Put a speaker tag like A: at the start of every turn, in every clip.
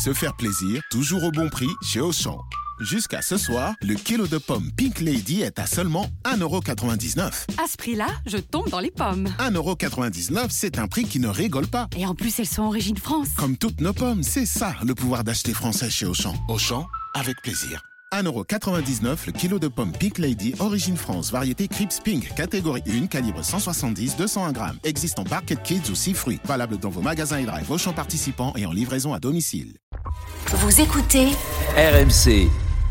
A: se faire plaisir, toujours au bon prix chez Auchan. Jusqu'à ce soir, le kilo de pommes Pink Lady est à seulement 1,99€.
B: À ce prix-là, je tombe dans les pommes.
A: 1,99€, c'est un prix qui ne rigole pas.
B: Et en plus, elles sont origine France.
A: Comme toutes nos pommes, c'est ça le pouvoir d'acheter français chez Auchan. Auchan, avec plaisir. 1,99€ le kilo de pommes Pink Lady, origine France, variété Crips Pink, catégorie 1, calibre 170-201 grammes. Existe en Barquette Kids ou 6 fruits. Valable dans vos magasins et drive Auchan participants et en livraison à domicile.
C: Vous écoutez
D: RMC.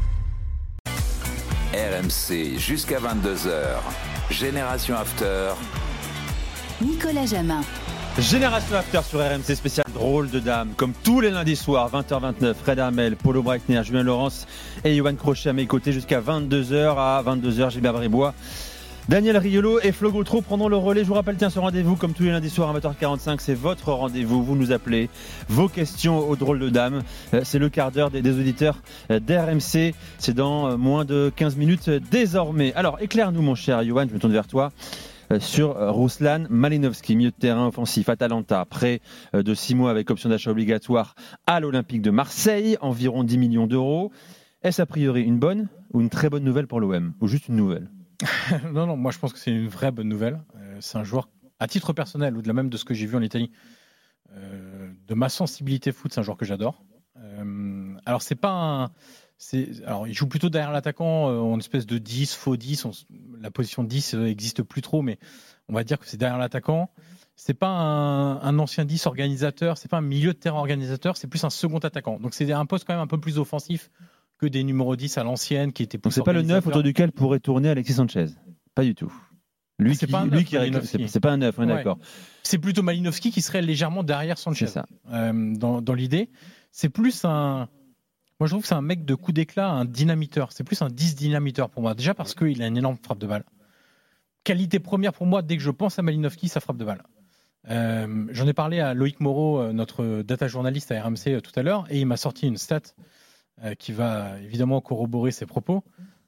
D: RMC jusqu'à 22h. Génération After.
C: Nicolas Jamin.
E: Génération After sur RMC spécial drôle de dame. Comme tous les lundis soirs, 20h29, Fred Armel, Paulo Breitner, Julien Laurence et Yoann Crochet à mes côtés jusqu'à 22h. À 22h, Gilbert Bribois, Daniel Riolo et Flo Gautreau prendront le relais. Je vous rappelle, ce rendez-vous, comme tous les lundis soirs à 20h45, c'est votre rendez-vous. Vous nous appelez vos questions aux drôles de dames. C'est le quart d'heure des auditeurs d'RMC. C'est dans moins de 15 minutes désormais. Alors, éclaire-nous, mon cher Yoann, je me tourne vers toi. Sur Ruslan Malinovski, milieu de terrain offensif Atalanta, près de 6 mois avec option d'achat obligatoire à l'Olympique de Marseille, environ 10 millions d'euros. Est-ce a priori une bonne ou une très bonne nouvelle pour l'OM, ou juste une nouvelle?
F: Non, moi je pense que c'est une vraie bonne nouvelle. C'est un joueur, à titre personnel, au-delà même de ce que j'ai vu en Italie, de ma sensibilité foot, c'est un joueur que j'adore. Alors c'est pas un... Alors, il joue plutôt derrière l'attaquant en espèce de 10, faux 10. La position 10 n'existe plus trop, mais on va dire que c'est derrière l'attaquant. C'est pas un ancien 10 organisateur, c'est pas un milieu de terrain organisateur, c'est plus un second attaquant. Donc c'est un poste quand même un peu plus offensif que des numéros 10 à l'ancienne qui étaient plus.
E: Donc c'est pas le 9 autour duquel pourrait tourner Alexis Sanchez. Pas du tout. Lui c'est pas un 9, on est d'accord.
F: C'est plutôt Malinovski qui serait légèrement derrière Sanchez.
E: C'est ça.
F: Dans l'idée, c'est plus un... Moi, je trouve que c'est un mec de coup d'éclat, un dynamiteur. C'est plus un 10 dynamiteur pour moi. Déjà parce qu'il a une énorme frappe de balle. Qualité première pour moi, dès que je pense à Malinovski, sa frappe de balle. J'en ai parlé à Loïc Moreau, notre data journaliste à RMC tout à l'heure, et il m'a sorti une stat qui va évidemment corroborer ses propos.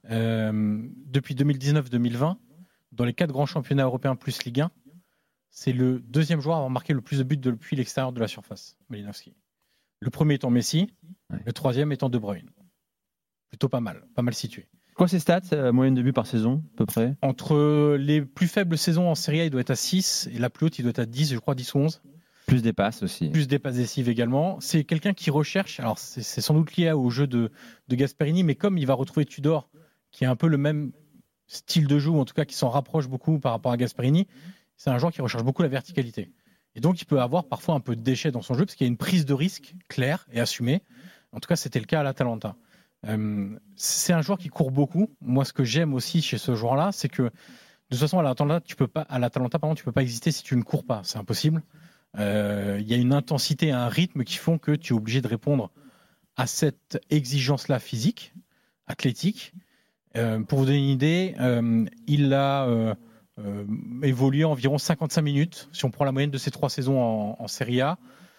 F: Depuis 2019-2020, dans les 4 grands championnats européens plus Ligue 1, c'est le deuxième joueur à avoir marqué le plus de buts depuis l'extérieur de la surface, Malinovski. Le premier étant Messi, le troisième étant De Bruyne. Plutôt pas mal situé.
E: Quoi ces stats, moyenne de buts par saison, à peu près?
F: Entre les plus faibles saisons en Serie A, il doit être à 6, et la plus haute, il doit être à 10, je crois 10 ou 11.
E: Plus des passes aussi.
F: Plus des passes décisives également. C'est quelqu'un qui recherche, alors c'est sans doute lié au jeu de Gasperini, mais comme il va retrouver Tudor, qui a un peu le même style de jeu, ou en tout cas qui s'en rapproche beaucoup par rapport à Gasperini, c'est un joueur qui recherche beaucoup la verticalité. Et donc, il peut avoir parfois un peu de déchets dans son jeu parce qu'il y a une prise de risque claire et assumée. En tout cas, c'était le cas à l'Atalanta. C'est un joueur qui court beaucoup. Moi, ce que j'aime aussi chez ce joueur-là, c'est que de toute façon, à l'Atalanta, tu peux pas exister si tu ne cours pas. C'est impossible. Il y a une intensité, un rythme qui font que tu es obligé de répondre à cette exigence-là physique, athlétique. Pour vous donner une idée, il a... évolué environ 55 minutes si on prend la moyenne de ces 3 saisons en Serie A.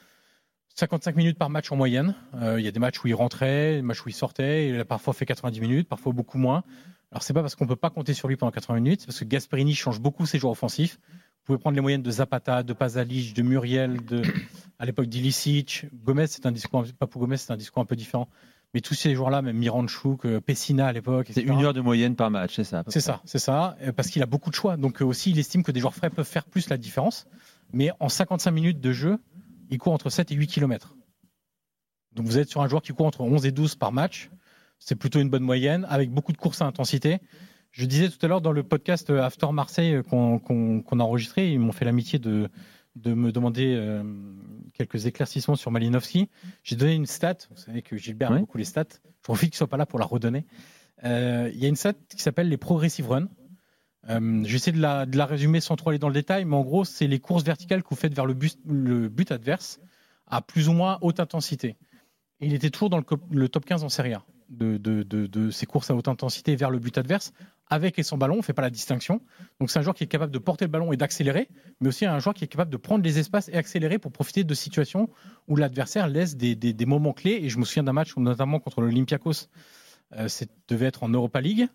F: 55 minutes par match en moyenne. Il y a des matchs où il rentrait, des matchs où il sortait. Il a parfois fait 90 minutes, parfois beaucoup moins. Alors c'est pas parce qu'on peut pas compter sur lui pendant 80 minutes, c'est parce que Gasperini change beaucoup ses joueurs offensifs. Vous pouvez prendre les moyennes de Zapata, de Pasalic, de Muriel, à l'époque d'Ilicic. Gomez, Papou Gomez, c'est un discours un peu différent. Mais tous ces joueurs-là, même Miranchuk, Pessina à l'époque, etc.
E: C'est 1 heure de moyenne par match, c'est ça.
F: C'est ça, parce qu'il a beaucoup de choix. Donc aussi, il estime que des joueurs frais peuvent faire plus la différence. Mais en 55 minutes de jeu, il court entre 7 et 8 km. Donc vous êtes sur un joueur qui court entre 11 et 12 par match. C'est plutôt une bonne moyenne, avec beaucoup de courses à intensité. Je disais tout à l'heure dans le podcast After Marseille qu'on a enregistré, ils m'ont fait l'amitié de me demander quelques éclaircissements sur Malinovski. J'ai donné une stat, vous savez que Gilbert aime beaucoup les stats, je profite qu'il ne soit pas là pour la redonner. Il y a une stat qui s'appelle les progressive runs. J'essaie de la résumer sans trop aller dans le détail, mais en gros, c'est les courses verticales que vous faites vers le but adverse à plus ou moins haute intensité. Et il était toujours dans le top 15 en Serie A de ces courses à haute intensité vers le but adverse, avec et sans ballon, on ne fait pas la distinction. Donc c'est un joueur qui est capable de porter le ballon et d'accélérer, mais aussi un joueur qui est capable de prendre les espaces et accélérer pour profiter de situations où l'adversaire laisse des moments clés. Et je me souviens d'un match, notamment contre l'Olympiakos, devait être en Europa League,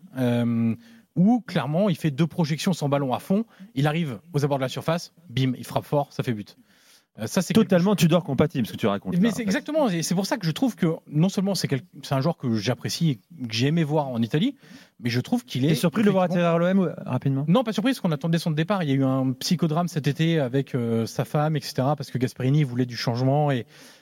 F: où clairement il fait 2 projections sans ballon à fond, il arrive aux abords de la surface, bim, il frappe fort, ça fait but. Ça, c'est
E: totalement Tudor compatible, ce que tu racontes.
F: Mais
E: là,
F: c'est exactement, et c'est pour ça que je trouve que non seulement c'est un joueur que j'apprécie, que j'ai aimé voir en Italie, mais je trouve qu'il est.
E: T'es surpris de le voir atterrir à l'OM rapidement?
F: Non, pas surpris, parce qu'on attendait son départ. Il y a eu un psychodrame cet été avec sa femme, etc., parce que Gasperini voulait du changement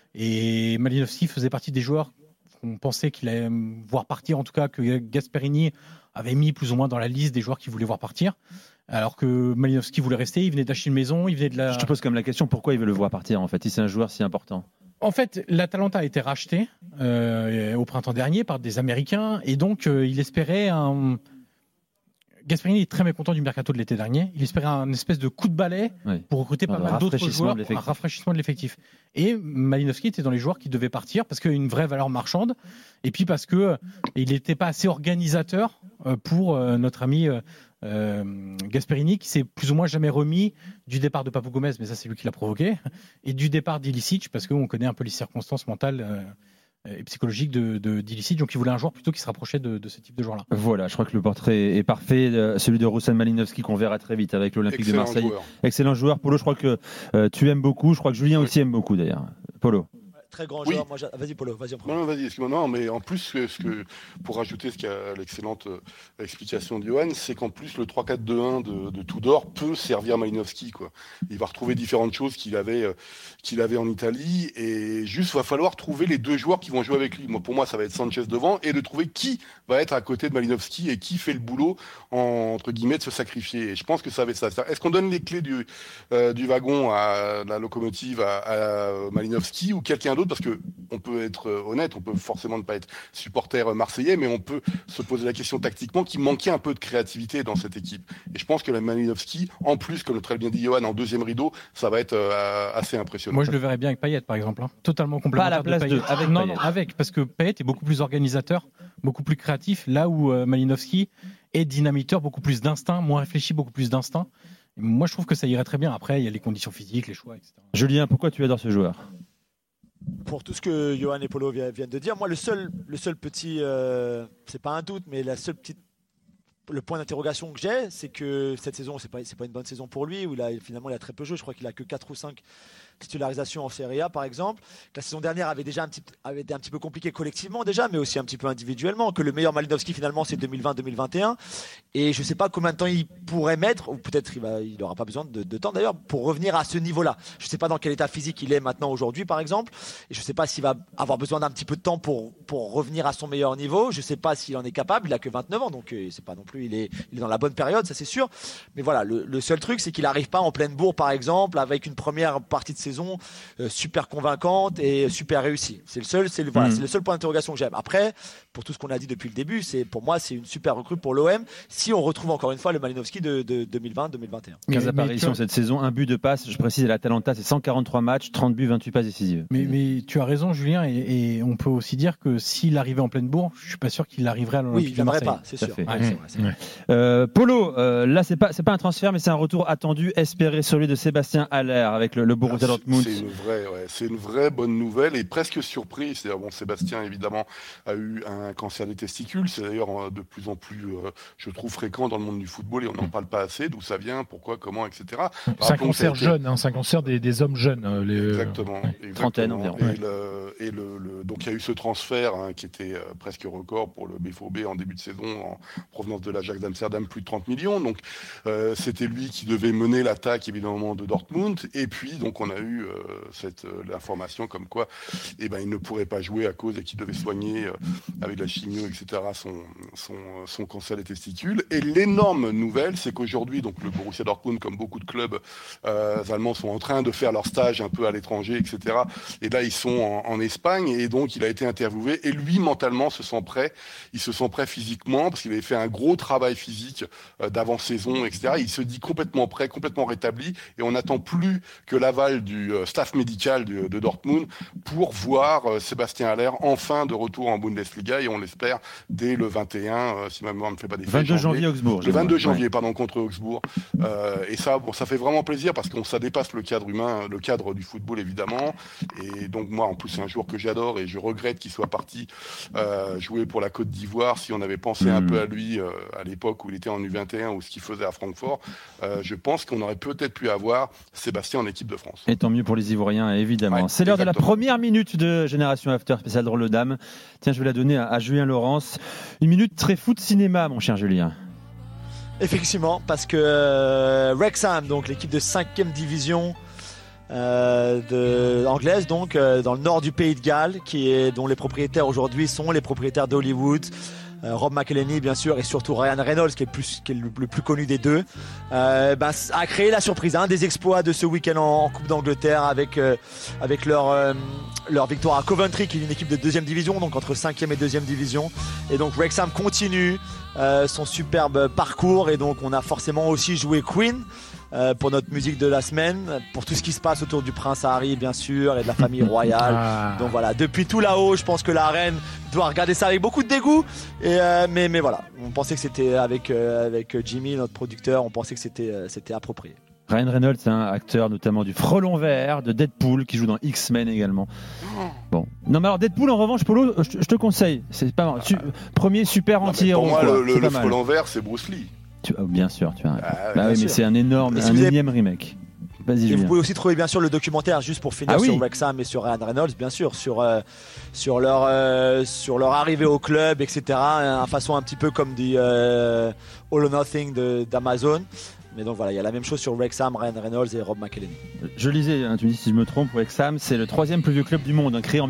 F: et Malinowski faisait partie des joueurs qu'on pensait qu'il allait voir partir, en tout cas que Gasperini avait mis plus ou moins dans la liste des joueurs qu'il voulait voir partir. Alors que Malinowski voulait rester, il venait d'acheter une maison, il venait de la.
E: Je te pose comme la question, pourquoi il veut le voir partir en fait, si c'est un joueur si important?
F: En fait, l'Atalanta a été racheté au printemps dernier par des Américains et donc il espérait un. Gasperini est très mécontent du mercato de l'été dernier. Il espérait un espèce de coup de balai pour recruter pas mal d'autres joueurs, un rafraîchissement de l'effectif. Et Malinowski était dans les joueurs qui devaient partir parce qu'il y a une vraie valeur marchande et puis parce que il n'était pas assez organisateur pour notre ami Gasperini, qui s'est plus ou moins jamais remis du départ de Papou Gomez, mais ça c'est lui qui l'a provoqué, et du départ d'Ilicic, parce qu'on connaît un peu les circonstances mentales et psychologique d'Ilicic, donc il voulait un joueur plutôt qui se rapprochait de ce type de joueur-là.
E: Voilà, je crois que le portrait est parfait, celui de Roussan Malinowski qu'on verra très vite avec l'Olympique de Marseille. Joueur. Excellent joueur. Polo, je crois que tu aimes beaucoup, je crois que Julien aussi aime beaucoup d'ailleurs. Polo.
G: Très grand joueur. Moi, vas-y Polo, vas-y en premier.
H: Non, vas-y, excuse-moi. Non, mais en plus, pour rajouter l'excellente explication de Johan, c'est qu'en plus le 3-4-2-1 de Tudor peut servir Malinowski, quoi. Il va retrouver différentes choses qu'il avait en Italie, et juste va falloir trouver les deux joueurs qui vont jouer avec lui. Pour moi, ça va être Sanchez devant, et de trouver qui va être à côté de Malinowski et qui fait le boulot entre guillemets de se sacrifier. Et je pense que ça va être ça. Est-ce qu'on donne les clés du wagon à la locomotive à Malinowski ou quelqu'un d'autre, parce que on peut être honnête, on peut forcément ne pas être supporter marseillais, mais on peut se poser la question tactiquement qu'il manquait un peu de créativité dans cette équipe. Et je pense que la Malinowski, en plus, comme le très bien dit Johan, en deuxième rideau, ça va être assez impressionnant.
F: Moi, je le verrais bien avec Payet, par exemple, totalement complémentaire.
E: Pas à la place
F: avec non, parce que Payet est beaucoup plus organisateur, beaucoup plus créatif, là où Malinowski est dynamiteur, beaucoup plus d'instinct, moins réfléchi, beaucoup plus d'instinct. Et moi, je trouve que ça irait très bien. Après, il y a les conditions physiques, les choix, etc.
E: Julien, pourquoi tu adores ce joueur?
G: Pour tout ce que Johan et Polo viennent de dire, moi le seul petit, c'est pas un doute, mais le point d'interrogation que j'ai, c'est que cette saison, c'est pas une bonne saison pour lui, où finalement il a très peu joué. Je crois qu'il a que 4 ou 5 titularisations en Serie A, par exemple. La saison dernière avait été un petit peu compliquée collectivement déjà, mais aussi un petit peu individuellement. Que le meilleur Malinowski finalement c'est 2020-2021, et je sais pas combien de temps il pourrait mettre, ou peut-être il n'aura pas besoin de temps d'ailleurs pour revenir à ce niveau-là. Je sais pas dans quel état physique il est maintenant aujourd'hui, par exemple, et je sais pas s'il va avoir besoin d'un petit peu de temps pour revenir à son meilleur niveau. Je sais pas s'il en est capable. Il a que 29 ans, donc c'est pas non plus. Il est dans la bonne période, ça c'est sûr. Mais voilà, le seul truc, c'est qu'il n'arrive pas en pleine bourre, par exemple, avec une première partie de saison super convaincante et super réussie. C'est le seul point d'interrogation que j'aime. Après, pour tout ce qu'on a dit depuis le début, pour moi c'est une super recrue pour l'OM si on retrouve encore une fois le Malinowski de 2020-2021.
E: 15 apparitions cette saison, un but de passe. Je précise, à l'Atalanta, c'est 143 matchs, 30 buts, 28 passes décisives.
F: Mais tu as raison, Julien, et on peut aussi dire que s'il arrivait en pleine bourre, je suis pas sûr qu'il arriverait à l'Olympique de Marseille.
G: Oui, il viendrait pas, c'est sûr.
E: Polo, là c'est pas un transfert, mais c'est un retour attendu, espéré, celui de Sébastien Haller avec le Borussia Dortmund.
H: C'est une vraie bonne nouvelle et presque surprise. Sébastien évidemment a eu un cancer des testicules. C'est d'ailleurs de plus en plus, je trouve, fréquent dans le monde du football et on n'en parle pas assez. D'où ça vient, pourquoi, comment, etc.
I: C'est un cancer jeune, c'est un cancer des hommes jeunes.
H: Exactement.
E: Trentaine environ.
H: Donc il y a eu ce transfert qui était presque record pour le BVB en début de saison en provenance de l'Ajax d'Amsterdam, plus de 30 millions. Donc c'était lui qui devait mener l'attaque évidemment de Dortmund. Et puis donc on a eu l'information comme quoi il ne pourrait pas jouer à cause et qu'il devait soigner avec la chimio, etc. son cancer des testicules. Et l'énorme nouvelle, c'est qu'aujourd'hui donc le Borussia Dortmund, comme beaucoup de clubs allemands, sont en train de faire leur stage un peu à l'étranger, etc. Et là ils sont en Espagne et donc il a été interviewé et lui mentalement se sent prêt. Il se sent prêt physiquement parce qu'il avait fait un gros travail physique d'avant-saison, etc. Il se dit complètement prêt, complètement rétabli et on n'attend plus que l'aval du staff médical de Dortmund pour voir Sébastien Haller enfin de retour en Bundesliga et on l'espère dès le 21, si ma mémoire ne me fait pas des
E: 22 janvier Augsbourg.
H: Le 22 janvier, contre Augsbourg. Et ça fait vraiment plaisir parce que ça dépasse le cadre humain, le cadre du football évidemment. Et donc moi, en plus, c'est un joueur que j'adore et je regrette qu'il soit parti jouer pour la Côte d'Ivoire. Si on avait pensé un peu à lui à l'époque où il était en U21 ou ce qu'il faisait à Francfort, je pense qu'on aurait peut-être pu avoir Sébastien en équipe de France.
E: Et tant mieux pour les Ivoiriens, évidemment.
H: Ouais,
E: c'est l'heure de la
H: exactement.
E: première minute de Génération After spécial drôle de dame. Tiens, je vais la donner à Julien Laurence. Une minute très foot cinéma, mon cher Julien.
G: Effectivement, parce que Wrexham, donc l'équipe de 5e division anglaise, donc dans le nord du pays de Galles, dont les propriétaires aujourd'hui sont les propriétaires d'Hollywood. Rob McElhenney bien sûr et surtout Ryan Reynolds qui est le plus connu des deux, a créé la surprise, des exploits de ce week-end en Coupe d'Angleterre avec leur victoire à Coventry, qui est une équipe de 2e division, donc entre 5e et 2e division. Et donc Wrexham continue son superbe parcours, et donc on a forcément aussi joué Queen pour notre musique de la semaine, pour tout ce qui se passe autour du prince Harry bien sûr et de la famille royale. Donc voilà, depuis tout là-haut, je pense que la reine doit regarder ça avec beaucoup de dégoût, mais voilà, on pensait que c'était avec Jimmy, notre producteur, on pensait que c'était approprié.
E: Ryan Reynolds, acteur notamment du Frelon Vert, de Deadpool, qui joue dans X-Men également. Bon. Non, mais alors Deadpool, en revanche, Polo, je te conseille. C'est pas mal. Premier super anti-héros.
H: Pour moi,
E: quoi.
H: le Frelon Vert, c'est Bruce Lee.
E: Bien sûr, tu as raison.
G: bien
E: oui, mais
G: sûr.
E: c'est un énième remake. Vas-y,
G: Et
E: Julien.
G: vous pouvez aussi trouver bien sûr le documentaire, juste pour finir, sur Wrexham et sur Ryan Reynolds, bien sûr, sur leur arrivée au club, etc. Façon un petit peu comme dit All or Nothing d'Amazon. Mais donc voilà, il y a la même chose sur Wrexham, Ryan Reynolds et Rob McElhenney.
E: Je lisais, tu me dis si je me trompe, Wrexham, c'est le 3e plus vieux club du monde, créé en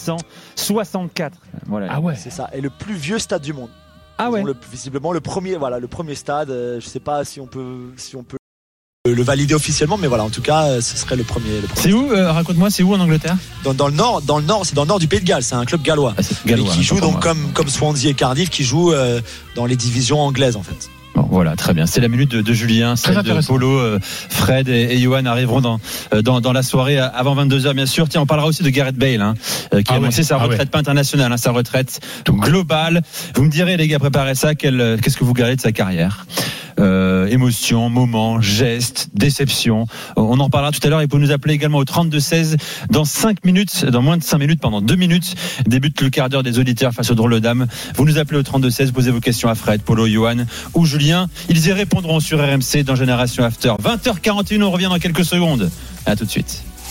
E: 1864. Voilà.
I: Ah ouais.
G: C'est ça, et le plus vieux stade du monde.
E: Ah ouais.
G: Visiblement le premier stade. Je sais pas si on peut le valider officiellement, mais voilà, en tout cas, ce serait le premier.
J: C'est où raconte-moi, c'est où en Angleterre?
G: Dans le nord, c'est dans le nord du Pays de Galles. C'est un club gallois.
J: C'est gallois,
G: qui joue donc comme Swansea et Cardiff, qui joue dans les divisions anglaises en fait.
E: Bon, voilà, très bien. C'est la minute de Julien, celle de Polo, Fred et Johan arriveront dans la soirée avant 22h, bien sûr. Tiens, on parlera aussi de Gareth Bale, qui a annoncé sa retraite, pas internationale, sa retraite globale. Vous me direz, les gars, préparez ça. Qu'est-ce que vous gardez de sa carrière? Émotion, moments, gestes, déception. On en parlera tout à l'heure. Il peut nous appeler également au 32-16 dans moins de 5 minutes, pendant 2 minutes. Débute le quart d'heure des auditeurs face aux drôles de dames. Vous nous appelez au 32-16, posez vos questions à Fred, Polo, Johan ou Julien. Ils y répondront sur RMC dans Génération After. 20h41, on revient dans quelques secondes. À tout de suite.